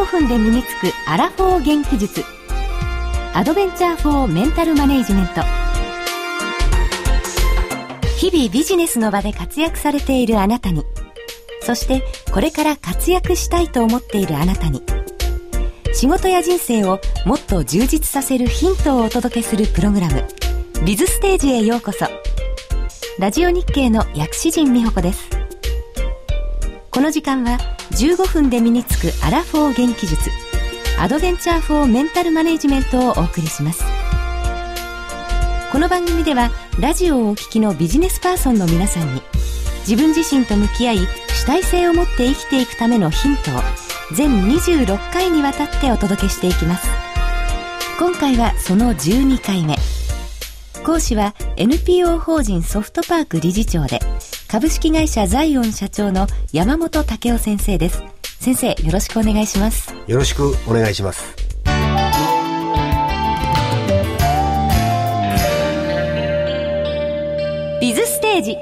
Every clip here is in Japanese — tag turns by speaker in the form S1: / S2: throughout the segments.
S1: 15分で身につくアラフォー元気術、アドベンチャー4メンタルマネージメント。日々ビジネスの場で活躍されているあなたに、そしてこれから活躍したいと思っているあなたに、仕事や人生をもっと充実させるヒントをお届けするプログラム、ビズステージへようこそ。ラジオ日経の薬師陣美穂子です。この時間は15分で身につくアラフォー元気術、アドベンチャー4メンタルマネジメントをお送りします。この番組ではラジオをお聞きのビジネスパーソンの皆さんに、自分自身と向き合い主体性を持って生きていくためのヒントを全26回にわたってお届けしていきます。今回はその12回目。講師は NPO 法人ソフトパーク理事長で株式会社ザイオン社長の山本武夫先生です。先生、よろしくお願いします。
S2: よろしくお願いします。
S1: ビズステージ。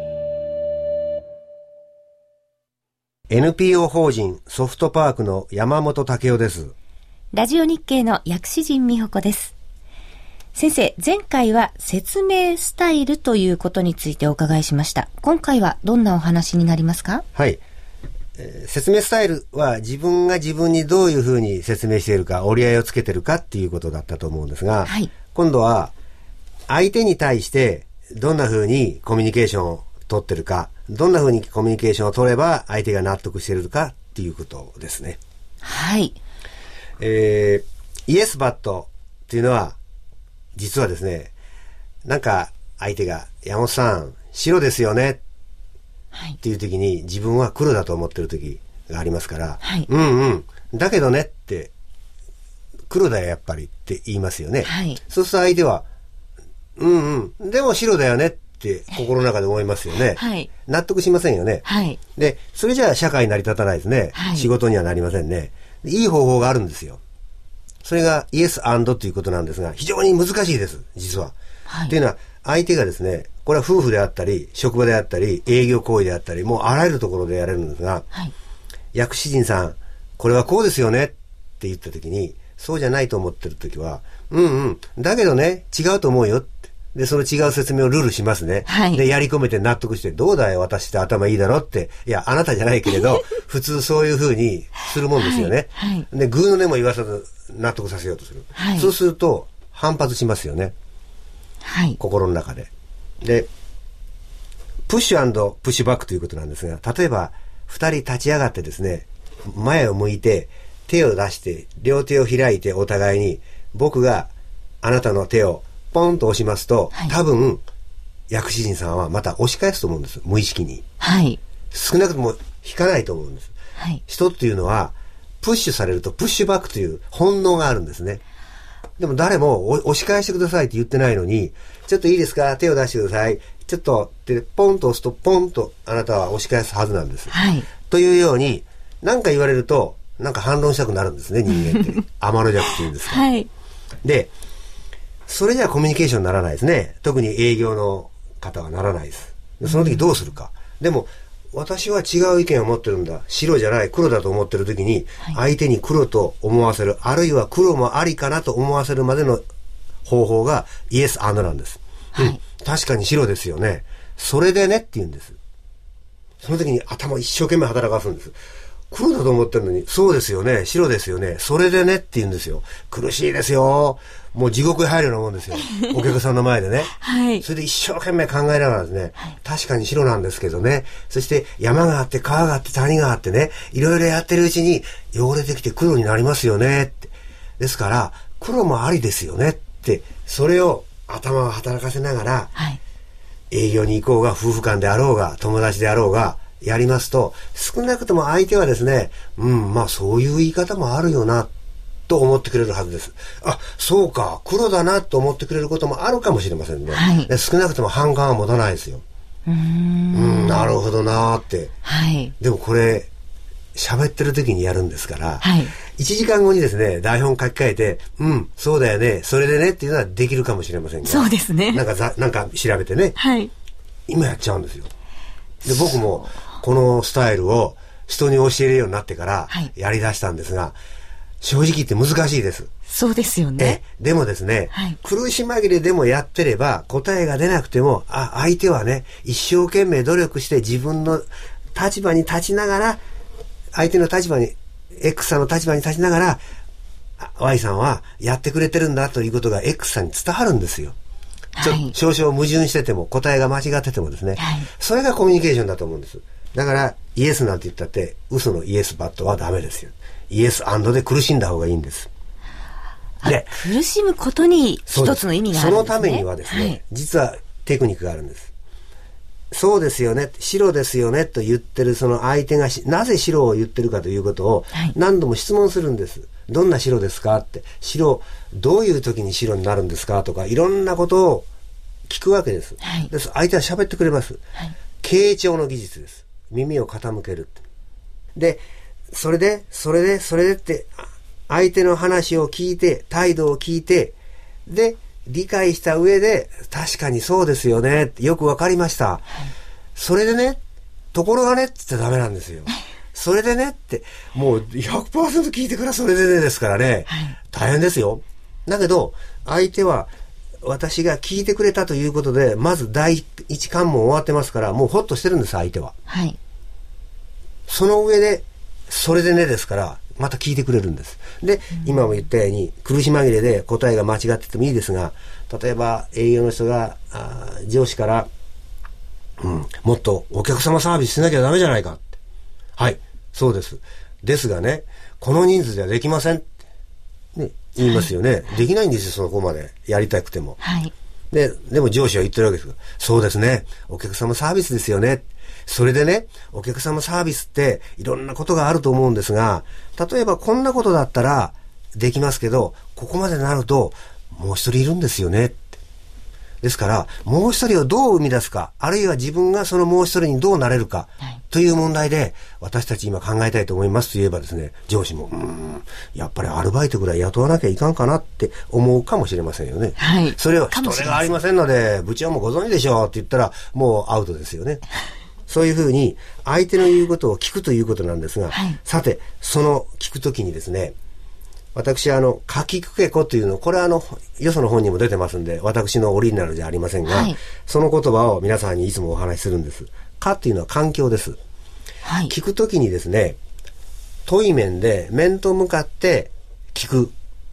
S2: NPO 法人ソフトパークの山本武夫です。
S1: ラジオ日経の薬師陣美穂子です。先生、前回は説明スタイルということについてお伺いしました。今回はどんなお話になりますか？
S2: はい、説明スタイルは自分が自分にどういうふうに説明しているか、折り合いをつけているかっていうことだったと思うんですが、はい、今度は相手に対してどんなふうにコミュニケーションを取ってるか、どんなふうにコミュニケーションを取れば相手が納得しているかっていうことですね。
S1: はい。
S2: イエスバットっていうのは実はですね、なんか相手が山本さん白ですよねっていう時に自分は黒だと思ってる時がありますから、はい、だけどねって黒だよやっぱりって言いますよね、はい、そうすると相手はでも白だよねって心の中で思いますよね、はい、納得しませんよね、はい、でそれじゃあ社会に成り立たないですね、はい、仕事にはなりませんね。いい方法があるんですよ。それがイエス&ということなんですが、非常に難しいです、実は。はい、というのは、相手がですね、これは夫婦であったり、職場であったり、営業行為であったり、もうあらゆるところでやれるんですが、はい、薬師陣さん、これはこうですよねって言ったときに、そうじゃないと思ってるときは、だけどね、違うと思うよって。で、その違う説明をルールしますね。はい、で、やり込めて納得して、どうだよ、私って頭いいだろって。いや、あなたじゃないけれど、普通そういう風にするもんですよね。はいはい、で、グーの音も言わさず納得させようとする。はい、そうすると、反発しますよね。はい、心の中で。で、プッシュ&プッシュバックということなんですが、例えば、二人立ち上がってですね、前を向いて、手を出して、両手を開いてお互いに、僕があなたの手をポンと押しますと、はい、多分薬師陣さんはまた押し返すと思うんです、無意識に、はい、少なくとも引かないと思うんです、はい、人っていうのはプッシュされるとプッシュバックという本能があるんですね。でも誰も押し返してくださいって言ってないのに、ちょっといいですか、手を出してください、ちょっとってポンと押すとポンとあなたは押し返すはずなんです、はい、というように何か言われるとなんか反論したくなるんですね、人間って天の弱っていうんですか、はい、でそれじゃコミュニケーションにならないですね。特に営業の方はならないです。その時どうするか。でも私は違う意見を持ってるんだ、白じゃない黒だと思ってる時に、相手に黒と思わせる、あるいは黒もありかなと思わせるまでの方法がイエス&なんです、はい、確かに白ですよね、それでねって言うんです。その時に頭を一生懸命働かすんです。黒だと思ってるのに、そうですよね、白ですよね、それでねって言うんですよ。苦しいですよ。もう地獄へ入るようなもんですよ。お客さんの前でね。はい。それで一生懸命考えながらですね、はい、確かに白なんですけどね、そして山があって川があって谷があってね、いろいろやってるうちに汚れてきて黒になりますよねって。ですから、黒もありですよねって、それを頭を働かせながら、はい、営業に行こうが、夫婦間であろうが、友達であろうが、やりますと、少なくとも相手はですね、まあそういう言い方もあるよなと思ってくれるはずです。あ、そうか、黒だなと思ってくれることもあるかもしれませんね、はい、で少なくとも反感は持たないですよ。なるほどなーって、はい、でもこれ喋ってる時にやるんですから、はい、1時間後にですね、台本書き換えて、そうだよね、それでねっていうのはできるかもしれませんが、
S1: そうですね、
S2: なんか調べてね、はい、今やっちゃうんですよ。で僕もこのスタイルを人に教えるようになってからやり出したんですが、正直言って難しいです。
S1: そうですよね。
S2: でもですね、苦し紛れでもやってれば答えが出なくても、相手はね、一生懸命努力して自分の立場に立ちながら、相手の立場に、X さんの立場に立ちながら、Y さんはやってくれてるんだということが X さんに伝わるんですよ。少々矛盾してても、答えが間違っててもですね、それがコミュニケーションだと思うんです。だからイエスなんて言ったって嘘のイエスバットはダメですよ。イエス&で苦しんだ方がいいんです。
S1: で、苦しむことに一つの意味があるんですね。
S2: そのためにはですね、実はテクニックがあるんです。そうですよね、白ですよねと言ってるその相手がなぜ白を言ってるかということを何度も質問するんです。どんな白ですかって、白どういう時に白になるんですかとか、いろんなことを聞くわけです。です。相手は喋ってくれます。傾聴の技術です。耳を傾ける。で、それでって相手の話を聞いて、態度を聞いて、で理解した上で、確かにそうですよね、よくわかりました、それでね、ところがねって言ってダメなんですよ。それでねって、もう 100% 聞いてからそれでねですからね、大変ですよ。だけど相手は私が聞いてくれたということで、まず第一関門終わってますから、もうホッとしてるんです、相手は。その上でそれでねですから、また聞いてくれるんです。で、今も言ったように苦し紛れで答えが間違っててもいいですが、例えば営業の人が上司から、もっとお客様サービスしなきゃダメじゃないかって。はい、そうです。ですがね、この人数ではできませんって、ね、言いますよね。できないんですよ、そこまでやりたくても。でも上司は言ってるわけですよ。そうですね、お客様サービスですよね。それでね、お客様サービスっていろんなことがあると思うんですが、例えばこんなことだったらできますけど、ここまでなるともう一人いるんですよねって。ですからもう一人をどう生み出すか、あるいは自分がそのもう一人にどうなれるかという問題で、私たち今考えたいと思いますと言えばですね、上司もやっぱりアルバイトぐらい雇わなきゃいかんかなって思うかもしれませんよね。それを人手がありませんので部長もご存知でしょうって言ったらもうアウトですよね。そういうふうに相手の言うことを聞くということなんですが、さてその聞くときにですね、私かきくけこというの、これはよその本にも出てますんで、私のオリジナルじゃありませんが、その言葉を皆さんにいつもお話しするんです。かっていうのは環境です。聞くときにですね、対面で面と向かって聞く。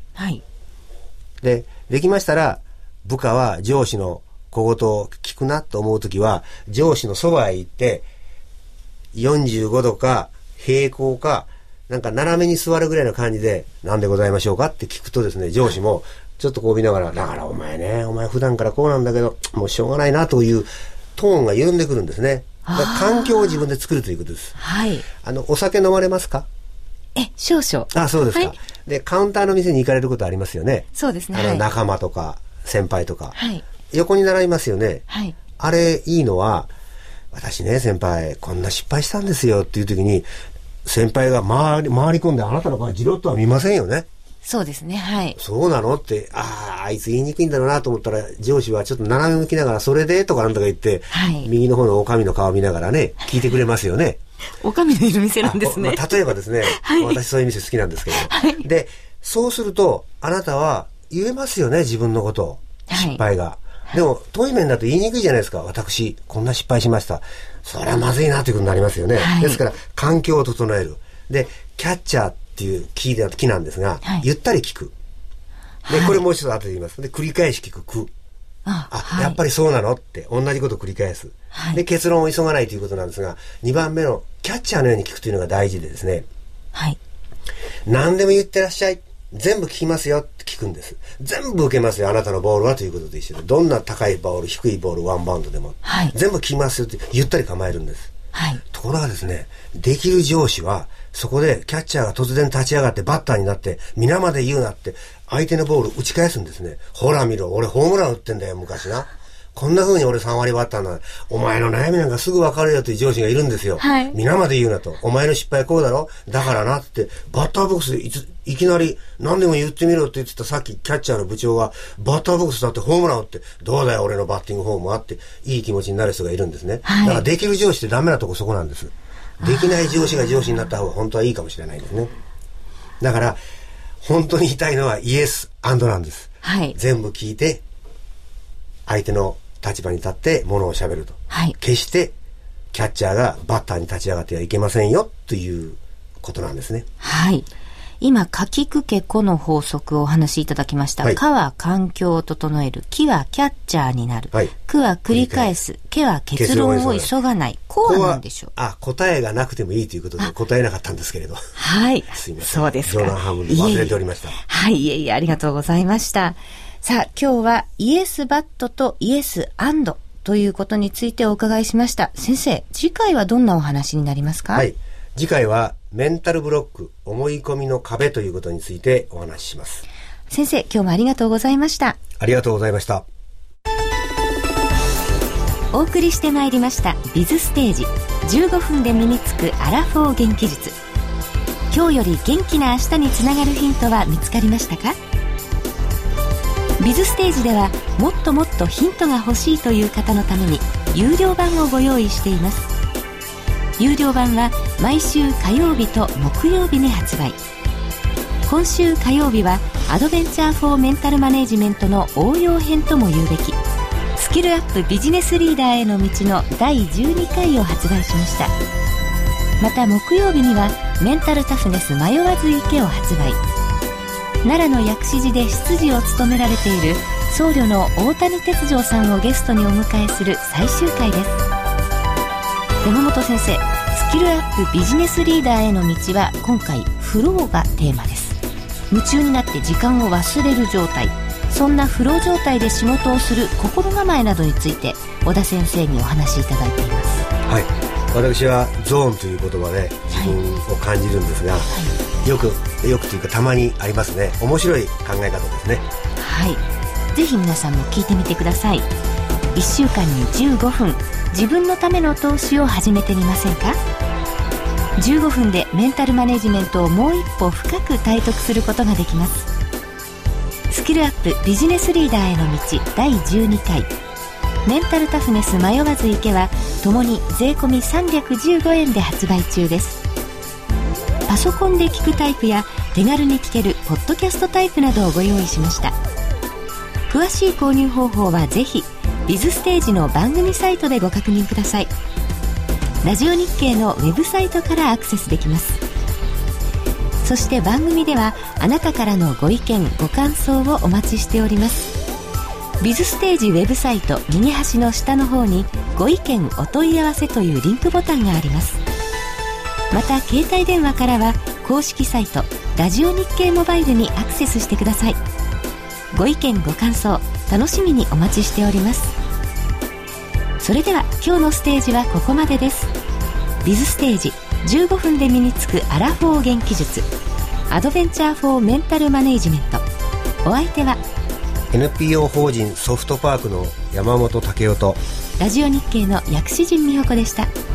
S2: できましたら部下は上司の小言を聞くなと思うときは、上司のそばへ行って45度か平行かなんか斜めに座るぐらいの感じで、なんでございましょうかって聞くとですね、上司もちょっとこう見ながら、だからお前普段からこうなんだけどもうしょうがないなというトーンが緩んでくるんですね。環境を自分で作るということです。お酒飲まれますか？
S1: 少々。
S2: そうですか。でカウンターの店に行かれることありますよね。
S1: そうですね。
S2: 仲間とか先輩とか、横に並びますよね。あれいいのは、私ね先輩こんな失敗したんですよっていう時に、先輩が回り込んであなたの顔じろっとは見ませんよね。
S1: そうですね。
S2: そうなのって、あいつ言いにくいんだろうなと思ったら、上司はちょっと斜め向きながらそれでとかなんとか言って、右の方のお上の顔見ながらね、聞いてくれますよね。
S1: お上のいる店なんですね。
S2: 例えばですね、私そういう店好きなんですけど、でそうするとあなたは言えますよね、自分のことを、失敗が。でも対面だと言いにくいじゃないですか。私こんな失敗しました、それはまずいなということになりますよね。ですから環境を整える。でキャッチャーっていう木なんですが、ゆったり聞く。でこれもう一度後で言います。で繰り返し聞く。やっぱりそうなのって同じことを繰り返す。で結論を急がないということなんですが、2番目のキャッチャーのように聞くというのが大事でですね、何でも言ってらっしゃい、全部聞きますよって聞くんです。全部受けますよあなたのボールはということで一緒で、どんな高いボール低いボールワンバウンドでも、全部聞きますよってゆったり構えるんです。ところがですね、できる上司はそこでキャッチャーが突然立ち上がってバッターになって、皆まで言うなって相手のボール打ち返すんですね。ほら見ろ、俺ホームラン打ってんだよ昔な、こんな風に俺3割バッターな、お前の悩みなんかすぐ分かるよという上司がいるんですよ。皆まで言うなと、お前の失敗こうだろ、だからなってバッターボックスでいきなり何でも言ってみろって言ってたさっきキャッチャーの部長がバッターボックスだってホームラン打って、どうだよ俺のバッティングフォームはっていい気持ちになる人がいるんですね。だからできる上司ってダメなとこそこなんです。 できない上司が上司になった方が本当はいいかもしれないんですね。だから本当に言いたいのはイエス&なんです、はい、全部聞いて相手の立場に立ってものを喋ると、はい、決してキャッチャーがバッターに立ち上がってはいけませんよということなんですね。
S1: はい。今、かきくけこの法則をお話しいただきました。はい、かは環境を整える。きはキャッチャーになる。はい、くは繰り返す。けは結論を急がない。こは何でしょう。
S2: 答えがなくてもいいということで答えなかったんですけれど。
S1: はい。
S2: すいません。
S1: そうですか。
S2: 上段半分で忘れておりました。
S1: はい。いえいえ、ありがとうございました。さあ、今日はイエスバットとイエス&ということについてお伺いしました。先生、次回はどんなお話になりますか？
S2: はい。次回はメンタルブロック、思い込みの壁ということについてお話しします。
S1: 先生、今日もありがとうございました。
S2: ありがとうございました。
S1: お送りしてまいりましたビズステージ、15分で身につくアラフォー元気術。今日より元気な明日につながるヒントは見つかりましたか？ビズステージではもっともっとヒントが欲しいという方のために有料版をご用意しています。有料版は毎週火曜日と木曜日に発売。今週火曜日はアドベンチャーフォーメンタルマネジメントの応用編とも言うべきスキルアップビジネスリーダーへの道の第12回を発売しました。また木曜日にはメンタルタフネス迷わず行けを発売。奈良の薬師寺で執事を務められている僧侶の大谷哲丈さんをゲストにお迎えする最終回です。山本先生、スキルアップビジネスリーダーへの道は今回フローがテーマです。夢中になって時間を忘れる状態、そんなフロー状態で仕事をする心構えなどについて小田先生にお話しいただいています。
S2: はい、私はゾーンという言葉で自分を感じるんですが、はい、よくというかたまにありますね。面白い考え方ですね。
S1: はい、ぜひ皆さんも聞いてみてください。1週間に15分自分のための投資を始めてみませんか？ 15 分でメンタルマネジメントをもう一歩深く体得することができます。スキルアップビジネスリーダーへの道第12回メンタルタフネス迷わず行けはともに税込み315円で発売中です。パソコンで聞くタイプや手軽に聞けるポッドキャストタイプなどをご用意しました。詳しい購入方法はぜひビズステージの番組サイトでご確認ください。ラジオ日経のウェブサイトからアクセスできます。そして番組ではあなたからのご意見ご感想をお待ちしております。ビズステージウェブサイト右端の下の方にご意見お問い合わせというリンクボタンがあります。また携帯電話からは公式サイトラジオ日経モバイルにアクセスしてください。ご意見ご感想楽しみにお待ちしております。それでは今日のステージはここまでです。ビズステージ15分で身につくアラフォー元気術、アドベンチャーフォーメンタルマネージメント。お相手は
S2: NPO 法人ソフトパークの山本武雄と
S1: ラジオ日経の薬師陣美穂子でした。